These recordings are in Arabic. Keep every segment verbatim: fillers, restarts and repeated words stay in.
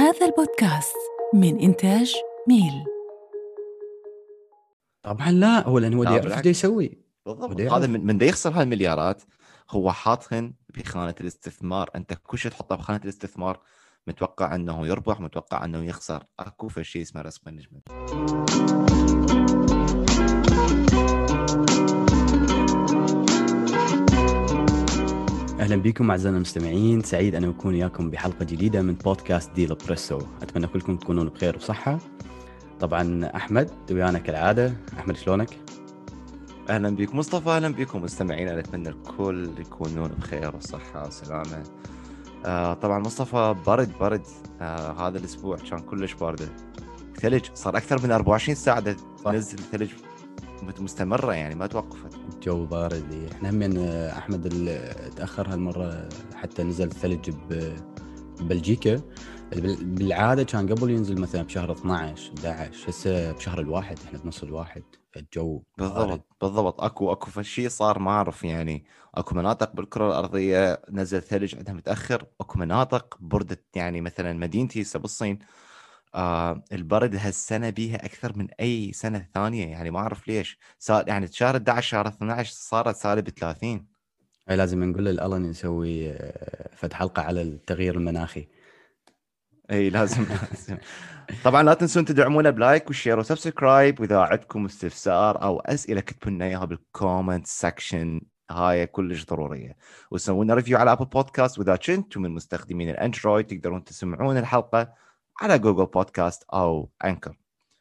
هذا البودكاست من إنتاج ميل. طبعا لا، هو لأنه هو لا يعرف بالعكس. ايش يسوي. بالضبط، ودي هذا يعرف. من من دا يخسر هالمليارات هو حاطهن بخانة الاستثمار. انت كل شيء تحطه بخانة الاستثمار، متوقع انه يربح، متوقع انه يخسر. اكو في شيء اسمه ريسك مانجمنت. اهلا بكم اعزائنا المستمعين، سعيد انا اكون وياكم بحلقه جديده من بودكاست ديل بريسو. اتمنى كلكم تكونون بخير وصحه. طبعا احمد ويانا كالعاده. احمد شلونك؟ اهلا بك مصطفى، اهلا بكم مستمعينا. نتمنى الكل يكونون بخير وصحة وسلامة. آه طبعا مصطفى، برد برد. آه هذا الاسبوع كان كلش بارده، ثلج. صار اكثر من أربعة وعشرين ساعة تنزل ثلج مستمرة، يعني ما توقفت. الجو بارد. احنا هم احمد ال- تاخر هالمره، حتى نزل ثلج ببلجيكا. بالعاده كان قبل ينزل مثلا بشهر اثناشر احد عشر، هسه بشهر الواحد، احنا بنص الواحد. الجو بارد. بالضبط بالضبط. اكو اكو فشي صار ما اعرف يعني. اكو مناطق بالكره الارضيه نزل ثلج عندها متاخر، اكو مناطق بردت. يعني مثلا مدينتي هسه بالصين، آه البرد هالسنه بيها اكثر من اي سنه ثانيه. يعني ما اعرف ليش صار، يعني شهر احد عشر شهر اثنا عشر صارت سالب ثلاثين. هاي لازم نقول للألن نسوي آه، فد حلقة على التغيير المناخي. اي لازم لازم. طبعا لا تنسون تدعمونا بلايك وشير وسبسكرايب، واذا عندكم استفسار او اسئله كتبوا لنا اياها بالكومنت سكشن، هاي كلش ضروريه. وسوونا ريفيو على ابل بودكاست، واذا كنتم من مستخدمين الاندرويد تقدرون تسمعون الحلقه على جوجل بودكاست او انكر.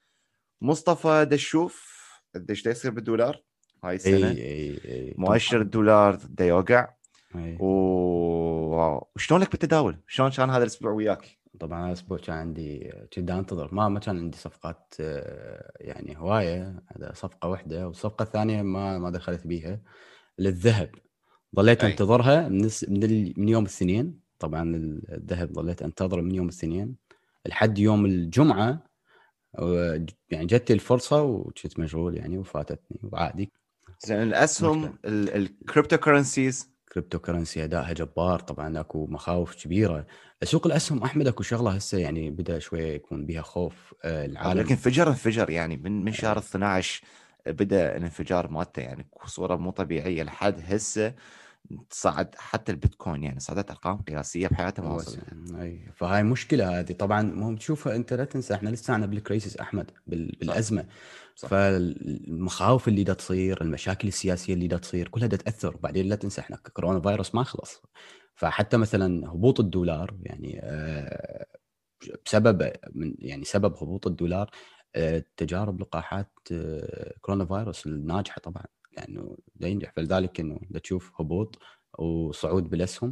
مصطفى دا تشوف قديش دا يصير بالدولار هاي السنه؟ اي اي اي مؤشر الدولار دا يوقع. أي. و- وشلون لك بالتداول؟ شلون كان هذا الاسبوع وياك؟ طبعا هذا الأسبوع كان عندي، كنت أنتظر، ما ما كان عندي صفقات آه، يعني هواية. هذا صفقة واحدة، والصفقة الثانية ما ما دخلت بيها، للذهب. ظليت اي انتظرها من الس- من, ال... من يوم الاثنين. طبعا الذهب ظليت انتظره من يوم الاثنين لحد يوم الجمعة. و- يعني جتني الفرصة وكنت مشغول يعني وفاتتني، وعادي. زين. مشكلة. الاسهم الكريبتو كرنسيز. كريبتو كرنسي ادائها جبار. طبعا اكو مخاوف كبيره. سوق الاسهم احمد اكو شغله هسه يعني بدا شويه يكون بها خوف. آه، العالم لكن انفجر انفجر يعني من من شهر آه، اثنا عشر بدا الانفجار مالته، يعني بصوره مو طبيعيه. لحد هسه صعد حتى البيتكوين، يعني صعدت ارقام قياسيه بحياته ما هو وصلت. س- اي فهاي مشكله هذه. طبعا مهم تشوفها، انت لا تنسى احنا لسه بالكريسيس احمد، بال... صح بالازمه. صح. فالمخاوف اللي دا تصير، المشاكل السياسيه اللي دا تصير، كلها دا تاثر. وبعدين لا تنسى احنا كورونا فيروس ما خلص. فحتى مثلا هبوط الدولار يعني آه، بسبب من يعني سبب هبوط الدولار آه، تجارب لقاحات آه، كورونا فيروس الناجحه طبعا، لانه لا ينجح. فلذلك انه دا تشوف هبوط وصعود بالاسهم.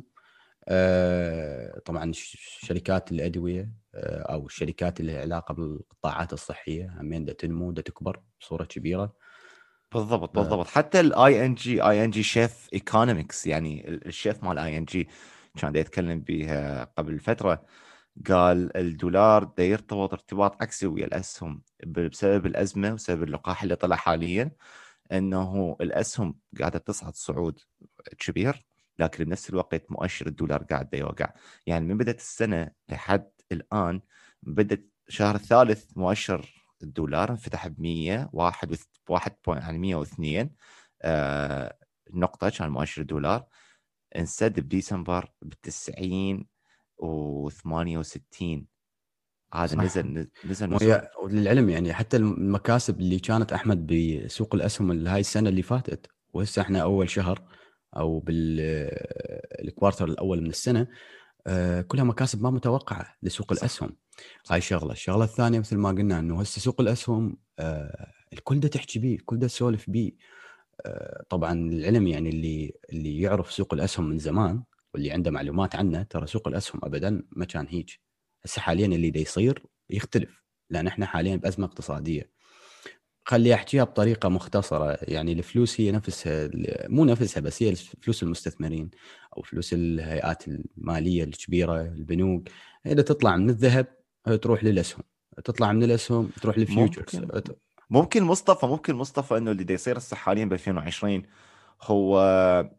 آه، طبعا ش- شركات الادويه آه، او الشركات اللي لها علاقه بالقطاعات الصحيه همين دا تنمو، دا تكبر بصوره كبيره. بالضبط ف- بالضبط. حتى الاي ان جي اي ان جي شيف ايكونومكس، يعني ال- الشيف مال اي ان جي كان دا يتكلم بها قبل فتره. قال الدولار دا يرتبط ارتباط عكسي ويا الاسهم بسبب الازمه وسبب اللقاح اللي طلع حاليا. انه الاسهم قاعده تصعد صعود كبير، لكن بنفس الوقت مؤشر الدولار قاعد يوقع. يعني من بدات السنه لحد الان، بدات الشهر الثالث مؤشر الدولار انفتح ب مية وواحد واحد يعني مية واثنين آه نقطه. كان مؤشر الدولار انسد بديسمبر ب تسعين وثمانية وستين. هذا صح. نزل نزل نصهم. وهي وللعلم يعني حتى المكاسب اللي كانت احمد بسوق الاسهم هاي السنه اللي فاتت، وهسه احنا اول شهر او بالكوارتر الاول من السنه، آه، كلها مكاسب ما متوقعه لسوق صح الاسهم. هاي صح. شغله. الشغله الثانيه مثل ما قلنا انه هسه سوق الاسهم آه، الكل ده تحكي بيه، الكل ده تسولف بيه. آه، طبعا العلم يعني اللي اللي يعرف سوق الاسهم من زمان واللي عنده معلومات عنه، ترى سوق الاسهم ابدا ما كان هيك. هسه حاليا اللي دا يصير يختلف، لان احنا حاليا بازمه اقتصاديه. خلي احكيها بطريقه مختصره، يعني الفلوس هي نفسها، مو نفسها بس، هي فلوس المستثمرين او فلوس الهيئات الماليه الكبيره، البنوك. اذا تطلع من الذهب تروح للاسهم، تطلع من الاسهم تروح للفيوتشرز. ممكن ممكن مصطفى ممكن مصطفى انه اللي دا يصير هسه حاليا ب ألفين وعشرين هو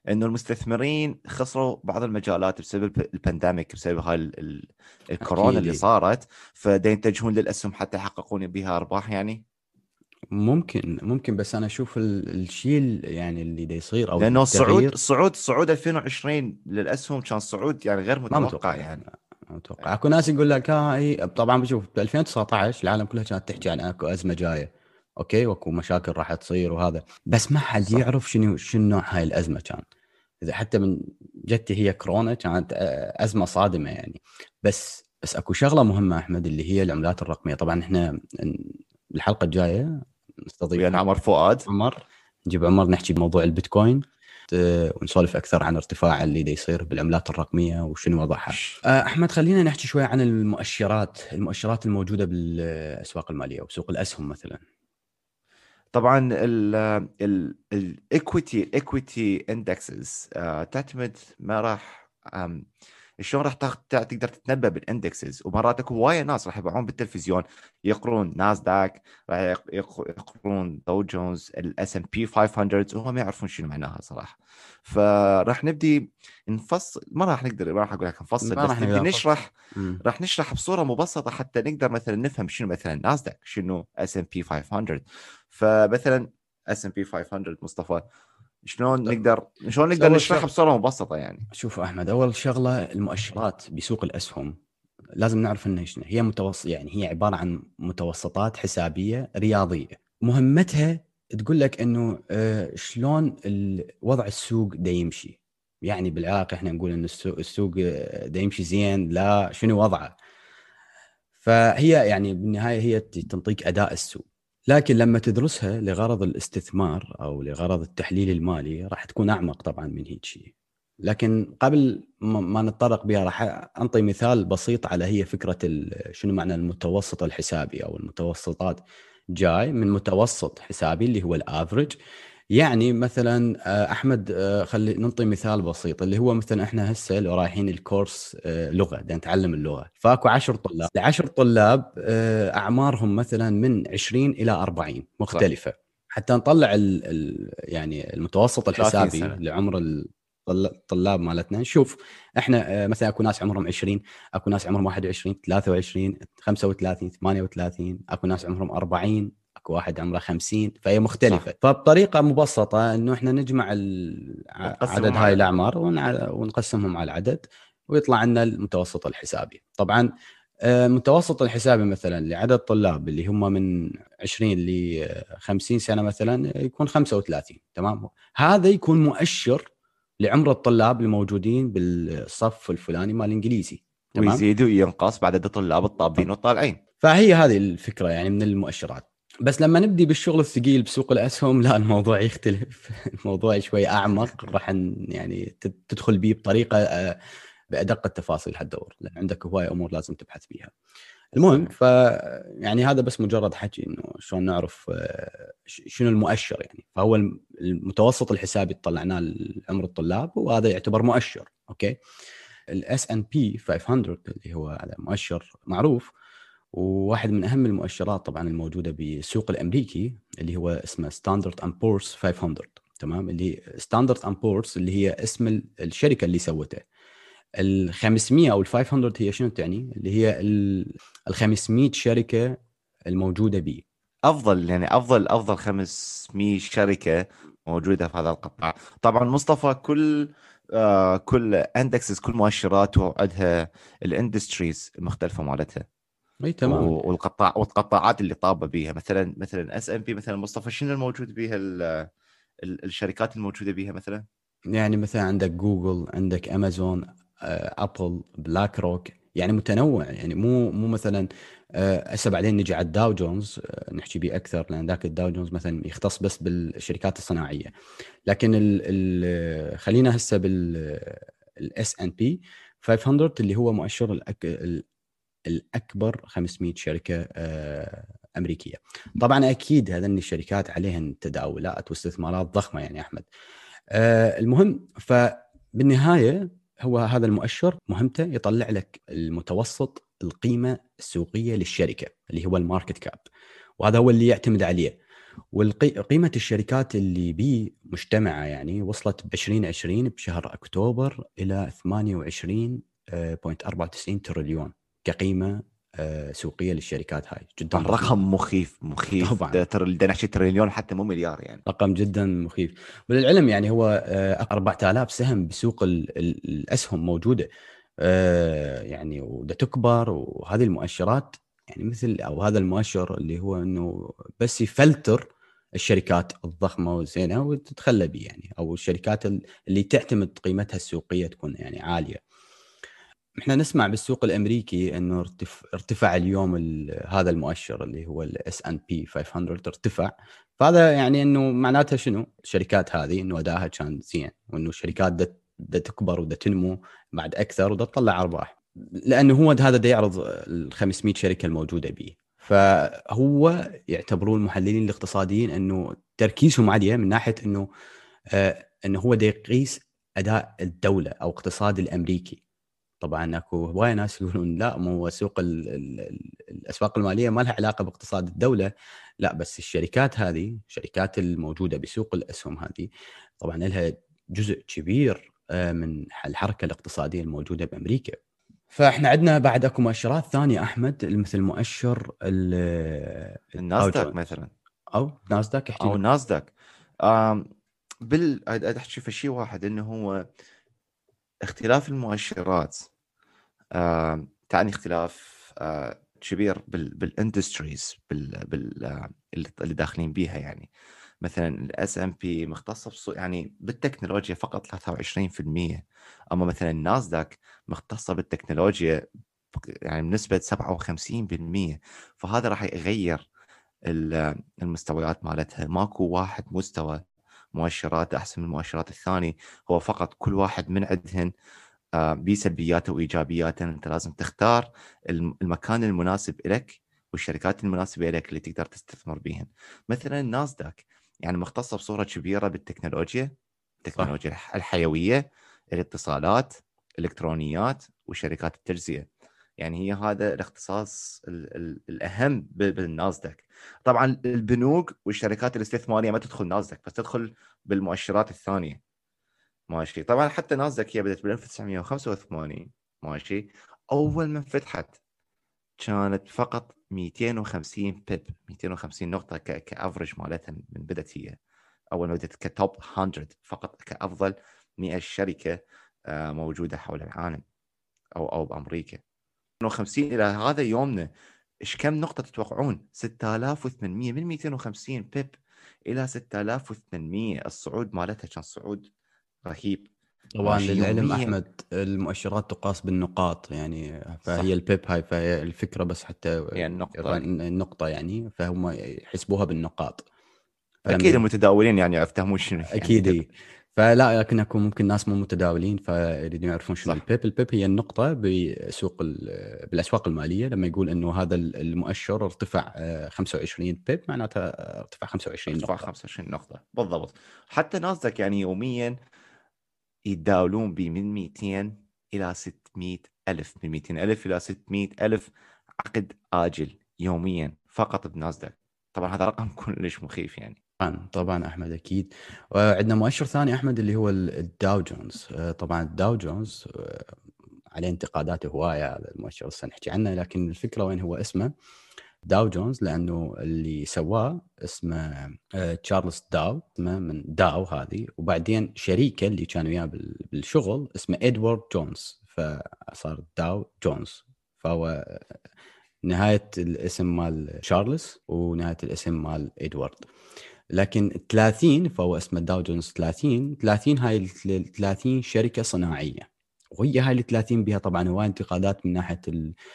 انه المستثمرين خسروا بعض المجالات بسبب البانديميك، بسبب هاي ال- ال- الكورونا اللي أكيد. صارت، فدا يتجهون للاسهم حتى يحققون بها ارباح يعني. ممكن ممكن بس انا اشوف ال- الشيء يعني اللي دا يصير او لانه الصعود التغيير الصعود صعود ألفين وعشرين للاسهم كان صعود يعني غير ما متوقع متوقع. يعني. ما متوقع. اكو ناس يقول لك ها هي طبعا بشوف ب ألفين وتسعة عشر العالم كلها كانت تحكي عن اكو ازمه جايه، اوكي، واكو مشاكل راح تصير وهذا، بس ما حد صح. يعرف شنو شنو نوع هاي الازمه. كان اذا حتى من جتي هي كورونا كانت آه، ازمه صادمه يعني. بس بس اكو شغله مهمه احمد اللي هي العملات الرقميه. طبعا احنا الحلقه الجايه نستضيف ويانا عمر فؤاد. عمر، نجيب عمر نحكي بموضوع البيتكوين آه، ونسولف اكثر عن ارتفاع اللي دا يصير بالعملات الرقميه وشنو وضعها. آه، احمد خلينا نحكي شوي عن المؤشرات المؤشرات الموجوده بالاسواق الماليه وسوق الاسهم مثلا. طبعا ال ال الايكويتي الايكويتي اندكسز تعتمد ما راح أم، شلون راح تاخ- تع- تقدر تتنبأ بالاندكسز. ومرات اكو وايد ناس راح يبيعون بالتلفزيون يقرون ناسداك، راح يق- يق- يقرون دو جونز، الاس ام بي خمسمية، وهم ما يعرفون شنو معناها صراحه. فراح نبدي نفصل، ما راح نقدر، ما راح اقول لك نفصل، ما راح بس نبدي نقدر نفصل. نشرح. مم. راح نشرح بصوره مبسطه حتى نقدر مثلا نفهم شنو مثلا ناسداك، شنو اس ام بي خمسمية. فمثلا اس ام بي خمسمية مصطفى، شلون نقدر شلون بس نقدر اول نشرحها شغله، بصوره مبسطه يعني. شوف احمد، اول شغله المؤشرات بسوق الاسهم لازم نعرف انها شنو هي. متوسط يعني هي عباره عن متوسطات حسابيه رياضيه، مهمتها تقول لك انه آه، شلون ال- وضع السوق دا يمشي. يعني بالعراق احنا نقول ان السوق السوق آه، دا يمشي زين، لا شنو وضعه. فهي يعني بالنهايه هي تنطيك اداء السوق. لكن لما تدرسها لغرض الاستثمار او لغرض التحليل المالي راح تكون اعمق طبعا من هيك شيء. لكن قبل ما ما نتطرق بها راح انطي مثال بسيط على هي فكره ال- شنو معنى المتوسط الحسابي او المتوسطات. جاي من متوسط حسابي اللي هو الافريج. يعني مثلا آه، احمد، آه، خلي ننطي مثال بسيط اللي هو مثلا احنا هسه لو رايحين الكورس آه، لغه بدنا نتعلم اللغه، فاكو عشر طلاب، العشر طلاب آه، اعمارهم مثلا من عشرين الى أربعين صح. مختلفه. حتى نطلع ال ال يعني المتوسط ثلاثين الحسابي سنه. لعمر الطل- الطلاب مالتنا. نشوف احنا آه، مثلا اكو ناس عمرهم عشرين، اكو ناس عمرهم واحد وعشرين، ثلاثة وعشرين، خمسة وثلاثين، ثمانية وثلاثين، اكو ناس عمرهم أربعين، اكو واحد عمره خمسين، فهي مختلفه. صح. فبطريقه مبسطه انه احنا نجمع ال- ع- عدد ونقسمهم هاي على الاعمار ونع- ونقسمهم على العدد ويطلع لنا المتوسط الحسابي. طبعا آه، المتوسط الحسابي مثلا لعدد طلاب اللي هم من عشرين ل خمسين سنه مثلا يكون خمسة وثلاثين. تمام، هذا يكون مؤشر لعمر الطلاب الموجودين بالصف الفلاني مال الانجليزي. تمام، ويزيد وينقص بعدد الطلاب الطابين والطالعين. فهي هذه الفكره يعني من المؤشرات. بس لما نبدي بالشغل الثقيل بسوق الاسهم لا، الموضوع يختلف. الموضوع شوي اعمق، راح ن- يعني تد- تدخل بيه بطريقه آه، بادق التفاصيل حتدور، لان عندك هواي امور لازم تبحث بيها. المهم، صحيح. ف يعني هذا بس مجرد حكي انه شلون نعرف آه، ش- شنو المؤشر يعني. فهو الم- المتوسط الحسابي اللي طلعناه لعمر الطلاب وهذا يعتبر مؤشر. اوكي، الاس ان بي خمسمية اللي هو هذا مؤشر معروف، وواحد من اهم المؤشرات طبعا الموجوده بالسوق الامريكي اللي هو اسمه ستاندرد اند بورس خمسمية. تمام، اللي ستاندرد اند بورس اللي هي اسم ال- الشركه اللي سوته. ال خمسمية او ال خمسمية هي شنو تعني؟ اللي هي ال ال خمسمية شركه الموجوده به. افضل يعني افضل افضل خمسمية شركه موجوده في هذا القطاع. طبعا مصطفى كل آه كل اندكسز، كل مؤشرات وعندها الاندستريز المختلفه مالتها اي تماما. و- والقطاع والقطاعات اللي طابه بيها. مثلا مثلا اس ام بي مثلا مصطفى، شنو الموجود بيها ال- ال- الشركات الموجوده بيها مثلا؟ يعني مثلا عندك جوجل، عندك امازون، آه، ابل، بلاك روك، يعني متنوع. يعني مو مو مثلا آه، هسه بعدين نجي على الداو جونز آه، نحكي به اكثر، لان ذاك الداو جونز مثلا يختص بس بالشركات الصناعيه. لكن ال ال خلينا هسه بالاس ان بي خمسمية اللي هو مؤشر الأك ال- الاكبر خمسمية شركه آه، امريكيه. طبعا اكيد هذين الشركات عليهن تداولات واستثمارات ضخمه يعني احمد. آه، المهم، فبالنهايه هو هذا المؤشر مهمته يطلع لك المتوسط القيمه السوقيه للشركه اللي هو الماركت كاب، وهذا هو اللي يعتمد عليه. وقيمة الشركات اللي بي مجتمعة يعني وصلت ب ألفين وعشرين بشهر أكتوبر إلى ثمانية وعشرين فاصلة أربعة وتسعين تريليون كقيمة آه، سوقية للشركات هاي. جدا ضخمة. الرقم مخيف مخيف، طبعا ترى ده نحكي تريليون حتى مو مليار يعني. رقم جدا مخيف. وللعلم يعني هو آه، أربعة آلاف سهم بسوق ال- ال- الأسهم موجودة آه، يعني وده تكبر. وهذه المؤشرات يعني مثل أو هذا المؤشر اللي هو إنه بس يفلتر الشركات الضخمة والزينة وتتخلى به يعني، أو الشركات اللي تعتمد قيمتها السوقية تكون يعني عالية. احنا نسمع بالسوق الامريكي انه ارتف... ارتفع اليوم ال... هذا المؤشر اللي هو الاس ان بي خمسمية ارتفع. فهذا يعني انه معناتها شنو الشركات هذه انه ادائها كان زين، وانه الشركات ده, ده تكبر وده تنمو بعد اكثر وده تطلع ارباح، لانه هو هذا ده يعرض ال خمسمية شركه الموجوده به. فهو يعتبرون المحللين الاقتصاديين انه تركيزهم عليه من ناحيه انه آه انه هو ده يقيس اداء الدوله او اقتصاد الامريكي. طبعا اكو هواي ناس يقولون لا مو هو سوق ال ال الاسواق الماليه ما لها علاقه باقتصاد الدوله. لا بس الشركات هذه الشركات الموجوده بسوق الاسهم هذه طبعا لها جزء كبير من الحركه الاقتصاديه الموجوده بامريكا. فاحنا عندنا بعد اكو مؤشرات ثانيه احمد مثل مؤشر الداو الناسداك جونز مثلا او ناسداك. احكي او لنا. ناسداك. آم بال احكي في شيء واحد، انه هو اختلاف المؤشرات آم تعني اختلاف آه كبير بال بالاندستريز بال بال آه، اللي داخلين بيها يعني. مثلا الاس ام بي مختصه بصو يعني بالتكنولوجيا فقط ثلاثة وعشرين بالمئة، اما مثلا الناسداك مختصه بالتكنولوجيا يعني بنسبه سبعة وخمسين بالمئة. فهذا راح يغير المستويات مالتها. ماكو واحد مستوى مؤشرات احسن من المؤشرات الثاني، هو فقط كل واحد من عندهن بسلبياته وايجابياته. انت لازم تختار المكان المناسب لك والشركات المناسبه لك اللي تقدر تستثمر بيهن. مثلا الناسداك يعني مختصه بصوره كبيره بالتكنولوجيا، التكنولوجيا صح. الحيويه، الاتصالات، الالكترونيات وشركات التجزئه. يعني هي هذا الاختصاص ال ال الاهم بالناسداك. طبعا البنوك والشركات الاستثماريه ما تدخل ناسداك، بس تدخل بالمؤشرات الثانيه. ماشي. طبعا حتى ناسداك هي بدأت بال ألف وتسعمئة وخمسة وثمانين. ماشي. اول ما فتحت كانت فقط مئتين وخمسين بيب، مئتين وخمسين نقطه كافرج مالتها من بدت هي. اول ما بدت كتوب مئة فقط كافضل مئة شركه موجوده حول العالم او او بامريكا. وخمسين الى هذا يومنا ايش كم نقطه تتوقعون؟ ستة آلاف وثمانمئة من مئتين وخمسين بيب الى ستة آلاف وثمانمئة. الصعود مالتها كان صعود رهيب. طبعا ماشي. للعلم يوميا. احمد المؤشرات تقاس بالنقاط يعني، فهي صح. البيب هاي فهي الفكره بس حتى هي النقطه هذه. النقطه يعني فهم يحسبوها بالنقاط. فلما اكيد ي... المتداولين يعني يفتهمون شنو يعني اكيد البيب. إيه. فلا لكن اكو ممكن ناس مو متداولين فيريدون يعرفون شنو صح. البيب. البيب هي النقطه بسوق ال... بالاسواق الماليه. لما يقول انه هذا المؤشر ارتفع آه، خمسة وعشرين بيب معناته ارتفع خمسة وعشرين ارتفاع نقطه. خمسة وعشرين نقطه بالضبط. حتى ناسداك يعني يوميا يتداولون ب من مئتين الى ستمئة الف، من مئتين الف الى ستمئة الف عقد آجل يوميا فقط بناسداك. طبعا هذا رقم كلش مخيف يعني. طبعا طبعا احمد اكيد. وعندنا مؤشر ثاني احمد اللي هو الداو جونز. طبعا الداو جونز عليه انتقادات هوايه هذا المؤشر هسه نحكي عنه، لكن الفكره وين هو اسمه داو جونز لانه اللي سواه اسمه تشارلز داو، اسمه من داو هذه، وبعدين شريكه اللي كان وياه بالشغل اسمه ادوارد جونز فصار داو جونز. فهو نهايه الاسم مال تشارلز ونهايه الاسم مال ادوارد. لكن ثلاثين فهو اسمه داو جونز ثلاثين. ثلاثين هاي ال ثلاثين شركه صناعيه، وهي هاي ال ثلاثين بها طبعا هواي انتقادات من ناحيه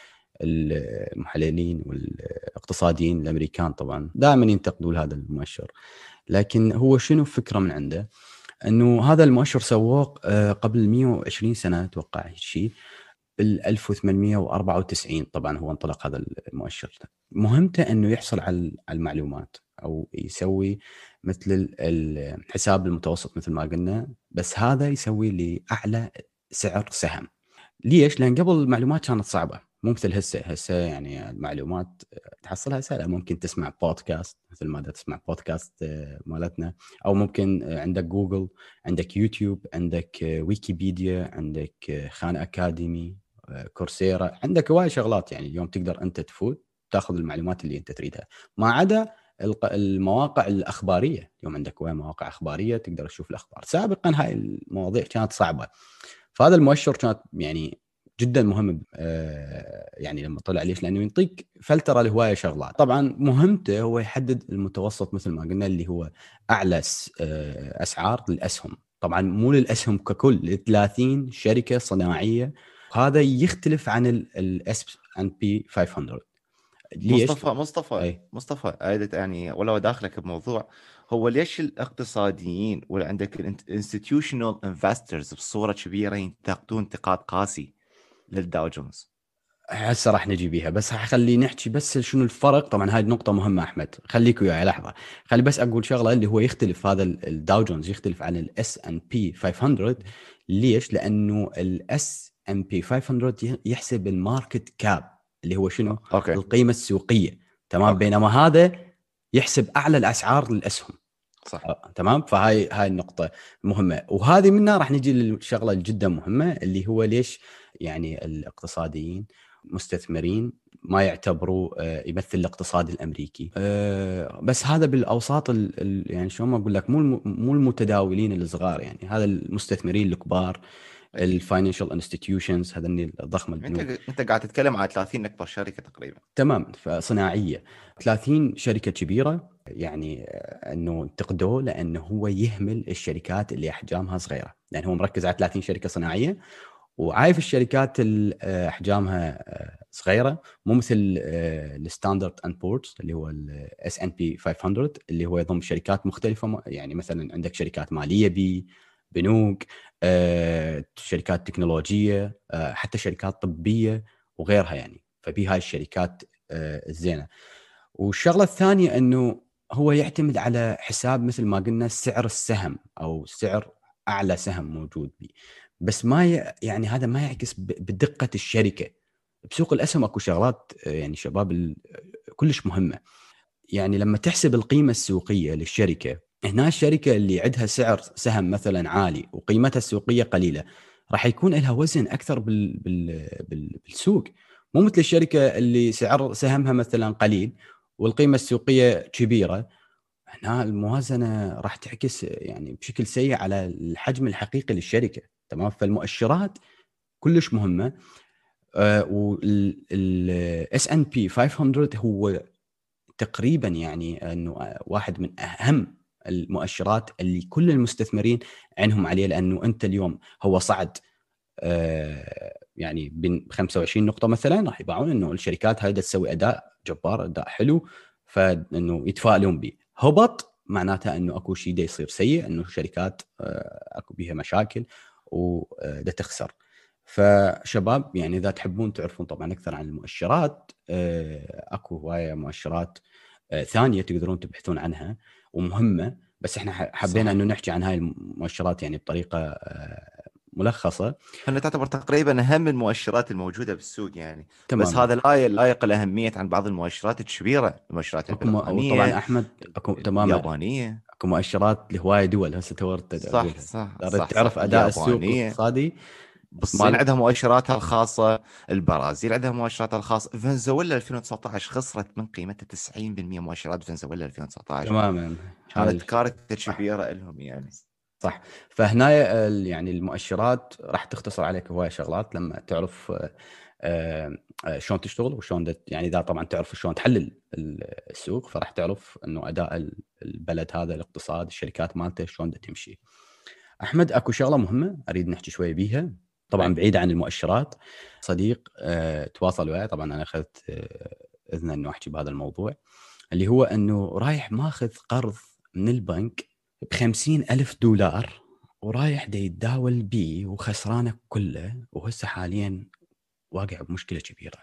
المحللين والاقتصاديين الامريكان. طبعا دائما ينتقدوا هذا المؤشر، لكن هو شنو فكره من عنده انه هذا المؤشر سووه قبل مئة وعشرين سنه اتوقع شيء بال ألف وثمانمئة وأربعة وتسعين. طبعا هو انطلق هذا المؤشر. مهمته انه يحصل على المعلومات او يسوي مثل الحساب المتوسط مثل ما قلنا، بس هذا يسوي لاعلى سعر سهم. ليش؟ لان قبل المعلومات كانت صعبه، مو مثل هسه هسه يعني المعلومات تحصلها سهله، ممكن تسمع بودكاست مثل ما دا تسمع بودكاست مالتنا، او ممكن عندك جوجل، عندك يوتيوب، عندك ويكيبيديا، عندك خان اكاديمي، كورسيرا، عندك هواي شغلات. يعني اليوم تقدر انت تفوت تاخذ المعلومات اللي انت تريدها، ما عدا المواقع الاخباريه. اليوم عندك هواي مواقع اخباريه تقدر تشوف الاخبار. سابقا هاي المواضيع كانت صعبه، فهذا المؤشر كانت يعني جدا مهم. آه يعني لما طلع ليش؟ لانه يعطيك فلتره لهوايه شغلات. طبعا مهمته هو يحدد المتوسط مثل ما قلنا، اللي هو اعلى آه اسعار للاسهم. طبعا مو للاسهم ككل، ثلاثين شركه صناعيه. هذا يختلف عن الاس ان بي خمسمية. ليش؟ مصطفى مصطفى اي مصطفى عادة يعني ولو داخلك بموضوع، هو ليش الاقتصاديين ولا عندك الانستتيوشنال انفسترز بصورة كبيرة ينتقدون انتقاد قاسي للداو جونز؟ هسه راح نجي بيها، بس خلي نحكي بس شنو الفرق. طبعا هاي النقطة مهمة أحمد، خليك وياي لحظة. خلي بس أقول شغلة، اللي هو يختلف هذا الداو جونز يختلف عن الاس ان بي خمسمية. ليش؟ لأنه الاس ان بي خمسمية يحسب الماركت كاب، اللي هو شنو؟ اوكي القيمة السوقية. تمام. اوكي بينما هذا يحسب أعلى الأسعار للأسهم. صح. آه، تمام. فهاي هاي النقطة مهمة، وهذه منها راح نجي للشغلة جدا مهمة، اللي هو ليش يعني الاقتصاديين مستثمرين ما يعتبروا آه، يمثل الاقتصاد الامريكي. آه، بس هذا بالاوساط ال ال يعني شلون ما اقول لك، مو الم- مو المتداولين الصغار، يعني هذا المستثمرين الكبار، اكيد. الفاينانشال انستتيوشنز، هذني الضخمه، انت البنوك. انت قاعد تتكلم على ثلاثين اكبر شركة تقريبا. تمام. فصناعيه ثلاثين شركه كبيره، يعني آه، انه انتقدوه لانه هو يهمل الشركات اللي احجامها صغيره، لان هو مركز على ثلاثين شركه صناعيه، وعايف الشركات اللي آه، احجامها آه، صغيره، مو مثل الستاندرد اند بورز اللي هو الاس ان بي خمسمية، اللي هو يضم شركات مختلفه. يعني مثلا عندك شركات ماليه بي، بنوك، آه، شركات تكنولوجيه، آه، حتى شركات طبيه وغيرها. يعني فبي هاي الشركات آه، الزينه. والشغله الثانيه انه هو يعتمد على حساب مثل ما قلنا سعر السهم، او سعر اعلى سهم موجود بي. بس ما ي... يعني هذا ما يعكس ب... بدقه الشركه. بسوق الاسهم اكو شغلات آه، يعني شباب ال... كلش مهمه. يعني لما تحسب القيمه السوقيه للشركه، هنا الشركه اللي عندها سعر سهم مثلا عالي وقيمتها السوقيه قليله، راح يكون لها وزن اكثر بال... بال... بال... بالسوق. مو مثل الشركه اللي سعر سهمها مثلا قليل والقيمه السوقيه كبيره. هنا الموازنه راح تعكس يعني بشكل سيء على الحجم الحقيقي للشركه. تمام. فالمؤشرات كلش مهمه. والاس ان بي خمسمية هو تقريبا يعني انه واحد من اهم المؤشرات اللي كل المستثمرين عينهم عليه، لانه انت اليوم هو صعد آه، يعني بين خمسة وعشرين نقطه مثلا، راح يباعون انه الشركات هاي تسوي اداء جبار، اداء حلو، فانه يتفائلون به. هبط معناتها انه اكو شيء دا يصير سيء، انه الشركات آه، اكو بيها مشاكل ودا تخسر. فشباب يعني اذا تحبون تعرفون طبعا اكثر عن المؤشرات، آه، اكو هوايه مؤشرات آه، ثانيه تقدرون تبحثون عنها ومهمه، بس احنا حبينا صحيح. انه نحكي عن هاي المؤشرات يعني بطريقه آه، ملخصه. هنا تعتبر تقريبا اهم المؤشرات الموجودة بالسوق يعني. بس تماما. هذا لا لا يقل أهمية عن بعض المؤشرات الكبيرة، المؤشرات اكو م... وطبعا البريطانية، احمد اكو تماما اليابانية. اكو مؤشرات لهوايه دول هسه تورط صح اقولها. صح اردت صح صح. تعرف اداء السوق اليابانية، الاقتصادي بصمان مال. عندها مؤشراتها الخاصة، البرازيل عندها مؤشراتها الخاصة، فنزويلا ألفين وتسعة عشر خسرت من قيمتها تسعين بالمئة. مؤشرات فنزويلا ألفين وتسعة عشر تماما. هذا كانت الشيء كارثة صح. كبيرة لهم يعني. صح. فهنا ال- يعني المؤشرات راح تختصر عليك هوايه شغلات لما تعرف آه، آه، آه، شلون تشتغل وشلون دت يعني اذا طبعا تعرف شلون تحلل ال- السوق، فراح تعرف انه اداء ال- البلد هذا، الاقتصاد، الشركات مالته شلون دت تمشي. احمد اكو شغله مهمه اريد نحكي شويه بيها، طبعا أي. بعيده عن المؤشرات. صديق أه تواصل وياي، طبعا انا اخذت أه اذن انه احكي بهذا الموضوع، اللي هو انه رايح ماخذ قرض من البنك بخمسين ألف دولار، ورايح دا يتداول بيه وخسرانه كله، وهسه حاليا واقع بمشكله كبيره.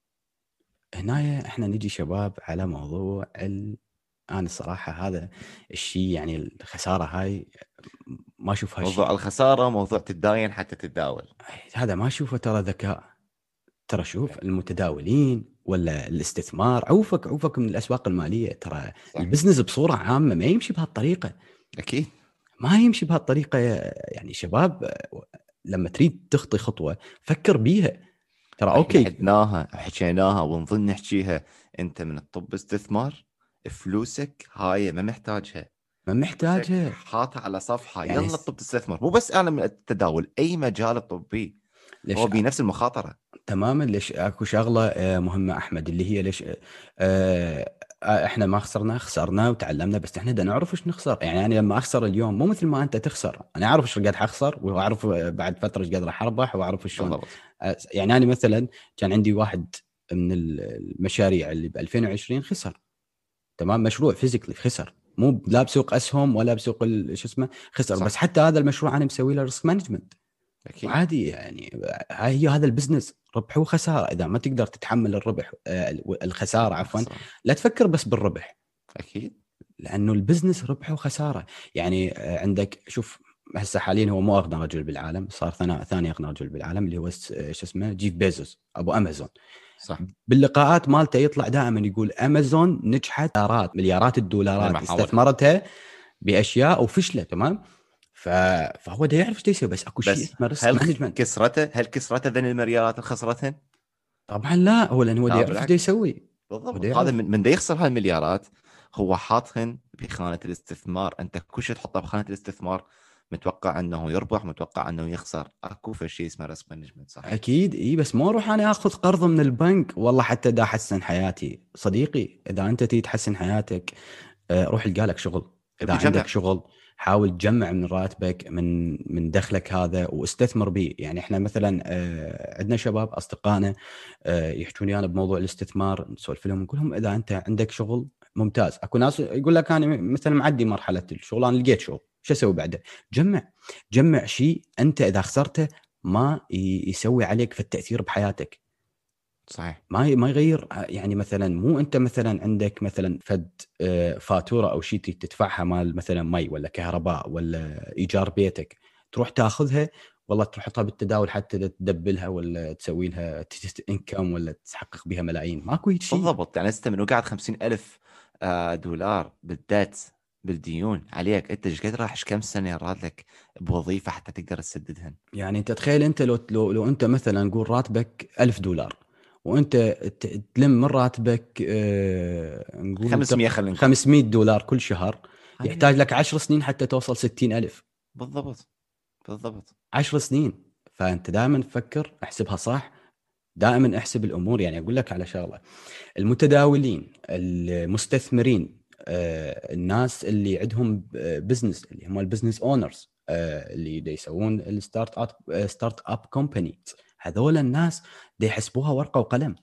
هنا احنا نجي شباب على موضوع ال... انا الصراحه هذا الشيء يعني الخساره هاي ما اشوفها موضوع شيء. الخسارة موضوع تتداين حتى تتداول. هذا ما اشوفه ترى ذكاء. ترى شوف المتداولين ولا الاستثمار، عوفك عوفك من الاسواق الماليه، ترى صح. البزنس بصوره عامه ما يمشي بهالطريقه، اكيد ما يمشي بهالطريقه. يعني شباب لما تريد تخطي خطوه فكر بيها. ترى احنا اوكي عدناها وحكيناها ونظن نحكيها. انت من الطب استثمار، فلوسك هاي ما محتاجها، ما فلوسك محتاجه حاطها على صفحه، يعني يلا الطب تستثمر. مو بس انا من التداول، اي مجال طبي ليش هو بنفس المخاطره. تماما. ليش اكو شغله آه، مهمه احمد، اللي هي ليش آه، آه، احنا ما خسرنا، خسرنا وتعلمنا، بس احنا بدنا نعرف ايش نخسر. يعني انا لما اخسر اليوم مو مثل ما انت تخسر، انا اعرف ايش قد حخسر واعرف بعد فتره ايش قد راح اربح واعرف شلون. بالضبط. آه، يعني انا مثلا كان عندي واحد من المشاريع اللي ب ألفين وعشرين خسر، تمام، مشروع فيزيكلي خسر، مو لا بسوق اسهم ولا بسوق ال- شو اسمه، خسر. صح. بس حتى هذا المشروع انا مسوي له ريسك مانجمنت اكيد وعادي. يعني هاي هي هذا البزنس، ربح وخساره. اذا ما تقدر تتحمل الربح آه، الخساره عفوا، خسارة. لا تفكر بس بالربح، اكيد لانه البزنس ربح وخساره. يعني آه، عندك شوف هسه حاليا هو مو اغنى رجل بالعالم، صار ثاني ثاني اغنى رجل بالعالم، اللي هو س- آه، شو اسمه جيف بيزوس ابو امازون. صح. باللقاءات مالته يطلع دائما يقول امازون نجحت مليارات مليارات الدولارات لما حاولت. استثمرتها باشياء وفشلت، تمام. ف... فهو ده يعرف ايش يسوي، بس اكو شيء بس اسمه ريسك هل مانجمنت. كسرته هل كسرته ذن المليارات اللي خسرتهن؟ طبعا لا، هو لانه هو ده لا يعرف ايش ده بالعكس. يسوي، هو ده بالضبط. هذا يعرف. من من دا يخسر هالمليارات هو حاطهن بخانة الاستثمار. انت كل شيء تحطه بخانة الاستثمار، متوقع انه يربح، متوقع انه يخسر. اكو شيء اسمه ريسك مانجمنت. صح. اكيد اي، بس مو اروح انا اخذ قرض من البنك والله حتى دا احسن حياتي. صديقي اذا انت تريد تحسن حياتك آه، روح القى لك شغل. اذا ابدي جمع. عندك شغل حاول تجمع من راتبك، من من دخلك هذا، واستثمر به. يعني احنا مثلا آه، عندنا شباب اصدقائنا آه، يحكون لي انا بموضوع الاستثمار، نسولف لهم نقول لهم اذا انت عندك شغل ممتاز. اكو ناس يقول لك انا مثلا معدي مرحله الشغل، انا لقيت شغل، شو اسوي بعده؟ جمع جمع شيء انت اذا خسرته ما ي- يسوي عليك في التاثير بحياتك، صحيح. ما ي- ما يغير. يعني مثلا مو انت مثلا عندك مثلا فد آه، فاتوره او شيء تدفعها مال مثلا مي ولا كهرباء ولا ايجار بيتك، تروح تاخذها والله تحطها بالتداول حتى تدبلها ولا تسوي لها انكم ولا تحقق بها ملايين. ماكو هيك شيء. بالضبط. يعني انت من وقعت خمسين ألف آه، دولار بالدات، بالديون عليك، انت ايش قد راح ايش كم سنه يراد لك بوظيفه حتى تقدر تسددهن؟ يعني انت تخيل انت لو لو, لو انت مثلا نقول راتبك ألف دولار، وانت ت- تلم من راتبك آه، نقول خمسمية تق- خلينا نقول. خمسمية دولار كل شهر، هاي. يحتاج لك عشر سنين حتى توصل ستين ألف. بالضبط. بالضبط. عشر سنين. فانت دائما فكر احسبها صح، دائما احسب الامور. يعني اقول لك على شغله، المتداولين، المستثمرين، آه، الناس اللي عندهم بزنس، اللي هم البزنس اونرز، اللي دا يسوون الستارت اب ستارت اب كومباني، هذول الناس دا يحسبوها ورقه وقلم.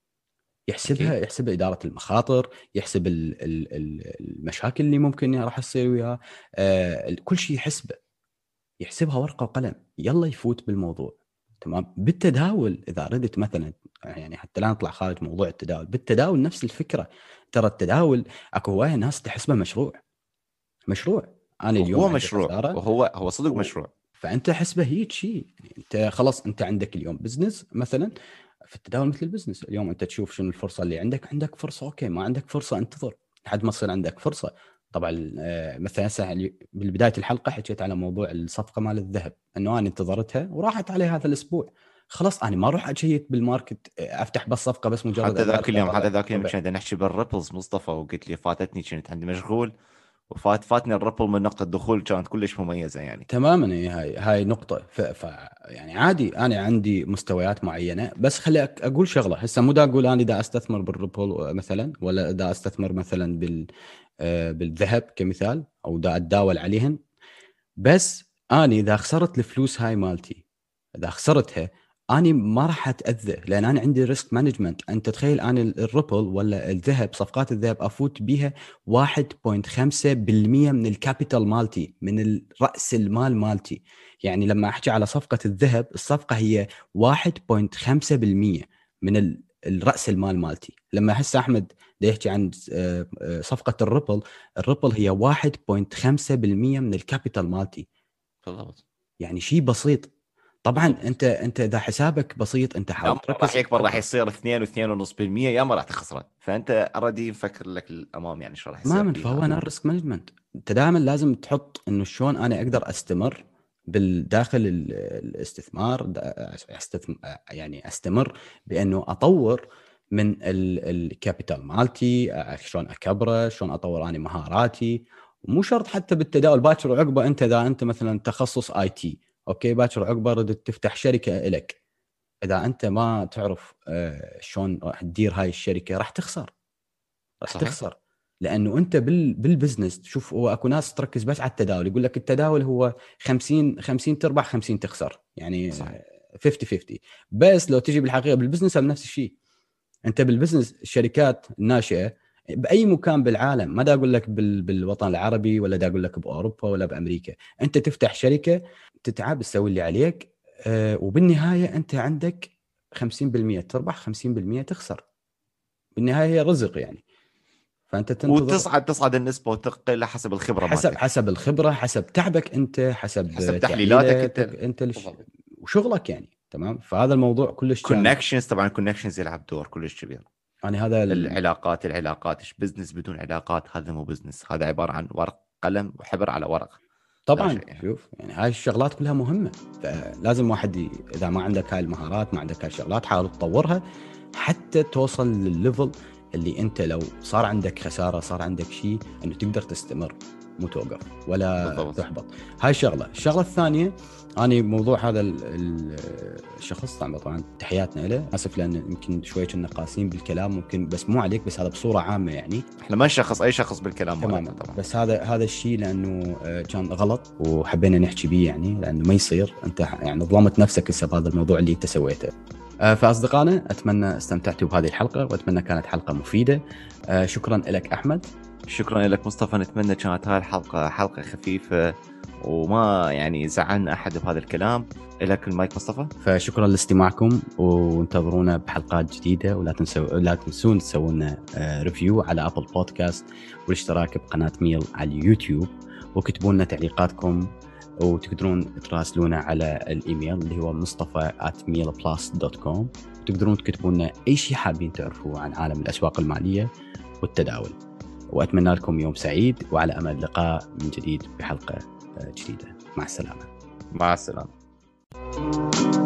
يحسبها اكيد. يحسب إدارة المخاطر، يحسب ال- ال- ال- المشاكل اللي ممكن راح تصير وياه، آه، كل شيء يحسبه، يحسبها ورقه وقلم، يلا يفوت بالموضوع. تمام. بالتداول اذا ردت مثلا، يعني حتى لا نطلع خارج موضوع التداول، بالتداول نفس الفكره. ترى التداول اكو هوايه ناس تحسبه مشروع، مشروع. انا اليوم وهو عندي مشروع، خساره وهو هو صدق و... مشروع. فانت حسبه هيك شيء. يعني انت خلاص انت عندك اليوم بزنس مثلا، في التداول مثل البزنس. اليوم انت تشوف شنو الفرصه اللي عندك، عندك فرصه اوكي، ما عندك فرصه انتظر لحد ما تصير عندك فرصه. طبعا آه، مثلا هسه بالبدايه الحلقه حكيت على موضوع الصفقه مال الذهب، انه انا انتظرتها وراحت علي هذا الاسبوع. خلاص انا ما اروح اشيك بالماركت آه، افتح بس صفقه بس مجرد حتى ذاك ادخل اليوم حتى اطلع ذاك اليوم ربح. كنا نحكي بالريبلز مصطفى، وقلت لي فاتتني، كنت عندي مشغول، وفات فاتني الريبل من نقطة دخول كانت كلش مميزة يعني. تماما. هي هاي هاي نقطة. ف, ف يعني عادي أنا عندي مستويات معينة، بس خلي أك- أقول شغلة هسه، مو دا أقول أنا دا أستثمر بالريبل مثلا، ولا دا أستثمر مثلا بال آه، بالذهب كمثال، أو دا أتداول عليهن. بس أنا إذا خسرت الفلوس هاي مالتي، إذا خسرتها أنا ما راح أتأذى، لأن أنا عندي ريسك مانجمنت. أنت تخيل أنا الريبل ولا الذهب، صفقات الذهب أفوت بيها واحد فاصلة خمسة بالمية من الكابيتال مالتي، من رأس المال مالتي. يعني لما أحكي على صفقة الذهب، الصفقة هي واحد فاصلة خمسة بالمية من ال- الرأس المال مالتي. لما هسه أحمد دا يحكي عن آه، آه، صفقة الريبل، الريبل هي واحد فاصلة خمسة بالمية من الكابيتال مالتي. بالضبط. يعني شيء بسيط. طبعا انت انت اذا حسابك بسيط انت حاول تركز، راح يكبر، راح يصير اثنين واثنين ونص بالمية، يا ما راح تخسره. فانت اردي نفكر لك الامام يعني شو راح يصير تماما. فهو انا الريسك مانجمنت انت دائما لازم تحط انه شلون انا اقدر استمر بالداخل الاستثمار، استثمر يعني استمر بانه اطور من الكابيتال مالتي، شلون اكبره، شلون اطور اني مهاراتي. ومو شرط حتى بالتداول باكر وعقبه. انت اذا انت مثلا تخصص اي تي، اوكي، باكر وعقبه ردت تفتح شركه لك، اذا انت ما تعرف شلون راح تدير هاي الشركه راح تخسر، راح تخسر. لانه انت بال بالبزنس، شوف هو اكو ناس تركز بس على التداول، يقول لك التداول هو خمسين خمسين تربح خمسين تخسر، يعني صحيح. خمسين خمسين. بس لو تجي بالحقيقه بالبزنس هم نفس الشيء. انت بالبزنس الشركات الناشئه باي مكان بالعالم، ما دا اقول لك بال بالوطن العربي ولا دا اقول لك باوروبا ولا بامريكا، انت تفتح شركه تتعب تسوي اللي عليك، أه وبالنهايه انت عندك خمسين بالمية تربح خمسين بالمية تخسر. بالنهايه هي رزق يعني. فانت تنتظر وتصعد تصعد النسبه وتقل حسب الخبره حسب مالتك، حسب الخبره، حسب تعبك انت، حسب, حسب تحليلاتك انت انت لش... وشغلك يعني. تمام. فهذا الموضوع كلش كونكشنز. طبعا كونكشنز يلعب دور كلش كبير. يعني هذا ال... العلاقات العلاقات ايش بزنس بدون علاقات؟ هذا مو بزنس، هذا عباره عن ورق قلم وحبر على ورق. طبعا يعني. شوف يعني هاي الشغلات كلها مهمه، فلازم واحد ي... اذا ما عندك هاي المهارات، ما عندك هاي الشغلات، حاول تطورها حتى توصل للليفل اللي انت لو صار عندك خساره، صار عندك شيء، انه تقدر تستمر، مو توقف ولا بالضبط. تحبط. هاي الشغله. الشغله الثانيه، أنا موضوع هذا الشخص طبعا تحياتنا له، اسف لان يمكن شوي كنا قاسين بالكلام ممكن، بس مو عليك، بس هذا بصوره عامه يعني. احنا ما نشخص اي شخص بالكلام تماما طبعا. بس هذا هذا الشيء لانه كان غلط وحبينا نحكي به يعني، لانه ما يصير انت يعني ظلمت نفسك هسه بهذا الموضوع اللي انت سويته. فاصدقائنا اتمنى استمتعتوا بهذه الحلقه، واتمنى كانت حلقه مفيده. شكرا لك احمد. شكرا لك مصطفى. نتمنى كانت هاي الحلقه حلقه خفيفه وما يعني زعلنا احد بهذا الكلام. لك المايك مصطفى. فشكرا لاستماعكم، وانتظرونا بحلقات جديده، ولا تنسوا لا تنسون تسوون ريفيو على ابل بودكاست، والاشتراك بقناه ميل على اليوتيوب، وكتبوا لنا تعليقاتكم، وتقدرون تراسلونا على الايميل اللي هو مصطفى آت ميل بلس دوت كوم. تقدرون تكتبوا لنا اي شيء حابين تعرفوه عن عالم الاسواق الماليه والتداول. واتمنى لكم يوم سعيد، وعلى امل لقاء من جديد بحلقه جديده. مع السلامه. مع السلامه.